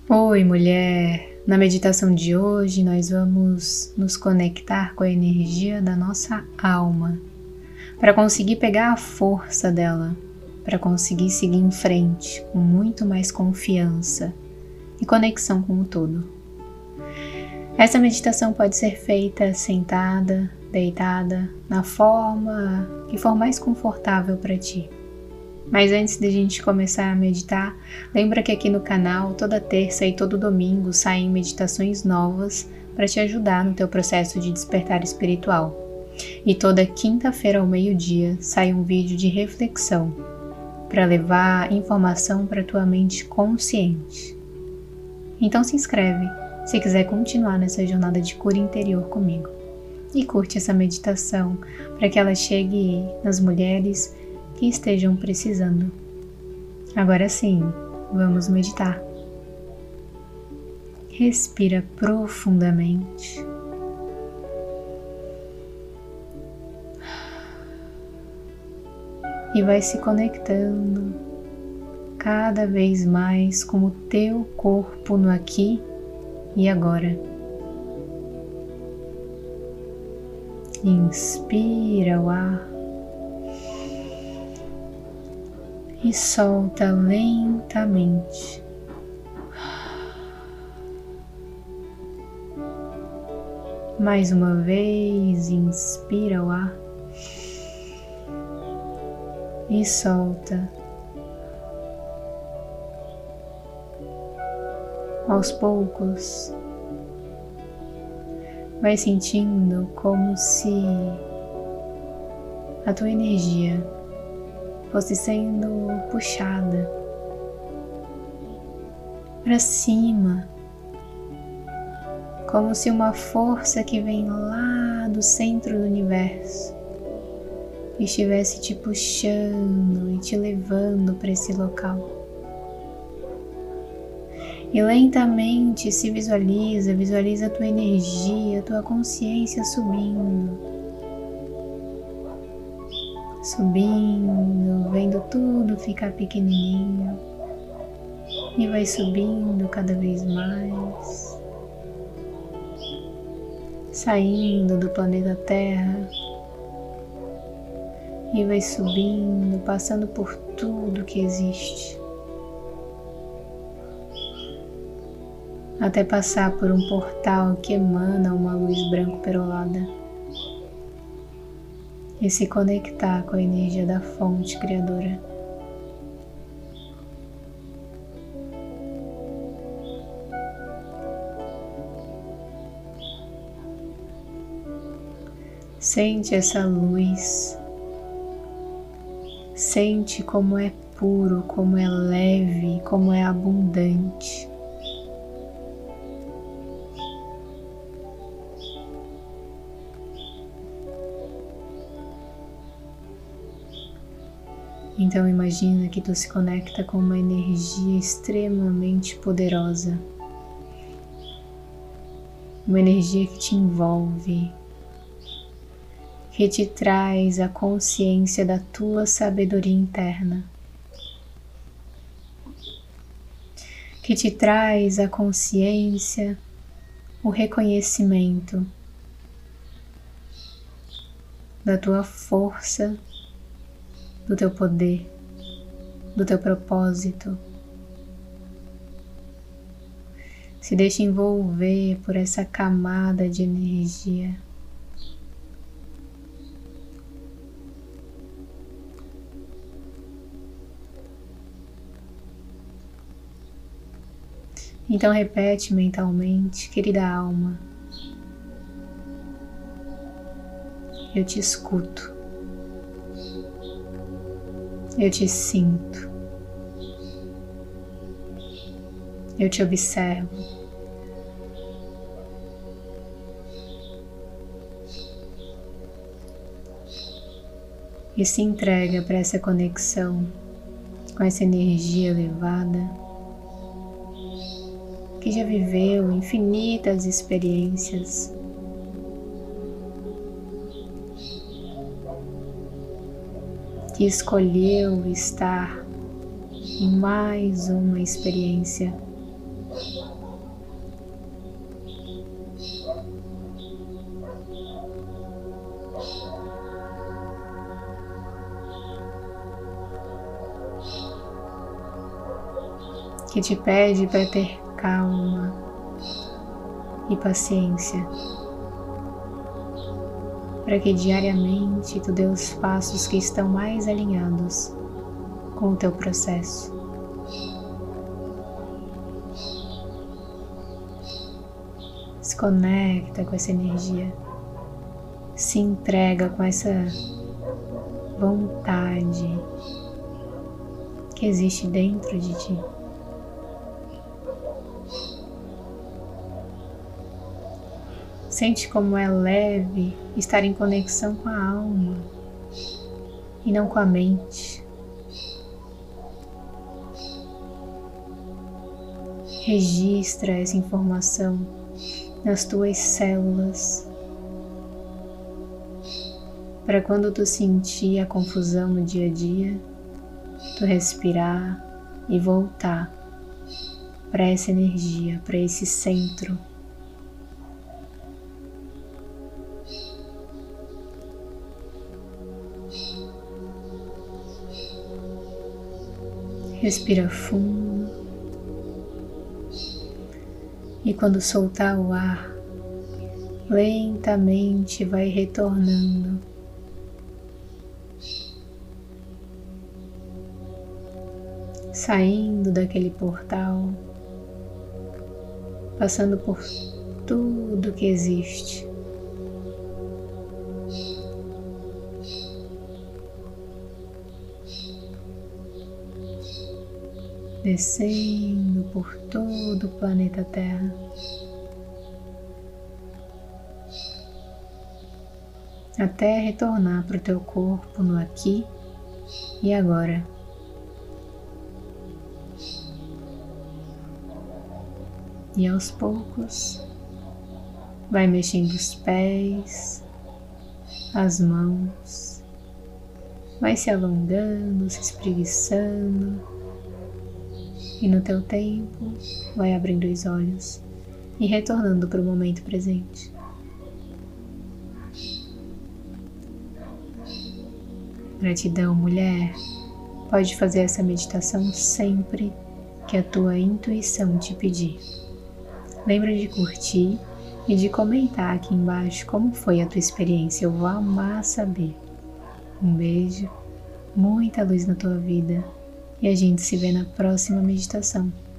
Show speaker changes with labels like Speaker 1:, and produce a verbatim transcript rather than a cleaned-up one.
Speaker 1: Oi, mulher! Na meditação de hoje, nós vamos nos conectar com a energia da nossa alma para conseguir pegar a força dela, para conseguir seguir em frente com muito mais confiança e conexão com o todo. Essa meditação pode ser feita sentada, deitada, na forma que for mais confortável para ti. Mas antes de a gente começar a meditar, lembra que aqui no canal, toda terça e todo domingo, saem meditações novas para te ajudar no teu processo de despertar espiritual. E toda quinta-feira ao meio-dia sai um vídeo de reflexão para levar informação para tua mente consciente. Então se inscreve se quiser continuar nessa jornada de cura interior comigo. E curte essa meditação para que ela chegue nas mulheres que estejam precisando. Agora sim, vamos meditar. Respira profundamente. E vai se conectando cada vez mais com o teu corpo no aqui e agora. Inspira o ar e solta lentamente. Mais uma vez, inspira o ar e solta. Aos poucos, vai sentindo como se a tua energia fosse sendo puxada para cima, como se uma força que vem lá do centro do universo estivesse te puxando e te levando para esse local. E lentamente se visualiza, visualiza a tua energia, a tua consciência subindo. Subindo, vendo tudo ficar pequenininho. E vai subindo cada vez mais. Saindo do planeta Terra. E vai subindo, passando por tudo que existe. Até passar por um portal que emana uma luz branco perolada e se conectar com a energia da fonte criadora. Sente essa luz, sente como é puro, como é leve, como é abundante. Então imagina que tu se conecta com uma energia extremamente poderosa, uma energia que te envolve, que te traz a consciência da tua sabedoria interna, que te traz a consciência, o reconhecimento da tua força, do teu poder, do teu propósito. Se deixa envolver por essa camada de energia. Então repete mentalmente: querida alma, eu te escuto. Eu te sinto, eu te observo, e se entrega para essa conexão com essa energia elevada que já viveu infinitas experiências. Que escolheu estar em mais uma experiência que te pede para ter calma e paciência, para que diariamente tu dê os passos que estão mais alinhados com o teu processo. Se conecta com essa energia, se entrega com essa vontade que existe dentro de ti. Sente como é leve estar em conexão com a alma e não com a mente. Registra essa informação nas tuas células, para quando tu sentir a confusão no dia a dia, tu respirar e voltar para essa energia, para esse centro. Respira fundo e quando soltar o ar, lentamente vai retornando. Saindo daquele portal, passando por tudo que existe. Descendo por todo o planeta Terra, até retornar para o teu corpo no aqui e agora. E aos poucos, vai mexendo os pés, as mãos, vai se alongando, se espreguiçando. E no teu tempo, vai abrindo os olhos e retornando para o momento presente. Gratidão, mulher. Pode fazer essa meditação sempre que a tua intuição te pedir. Lembra de curtir e de comentar aqui embaixo como foi a tua experiência. Eu vou amar saber. Um beijo, muita luz na tua vida. E a gente se vê na próxima meditação.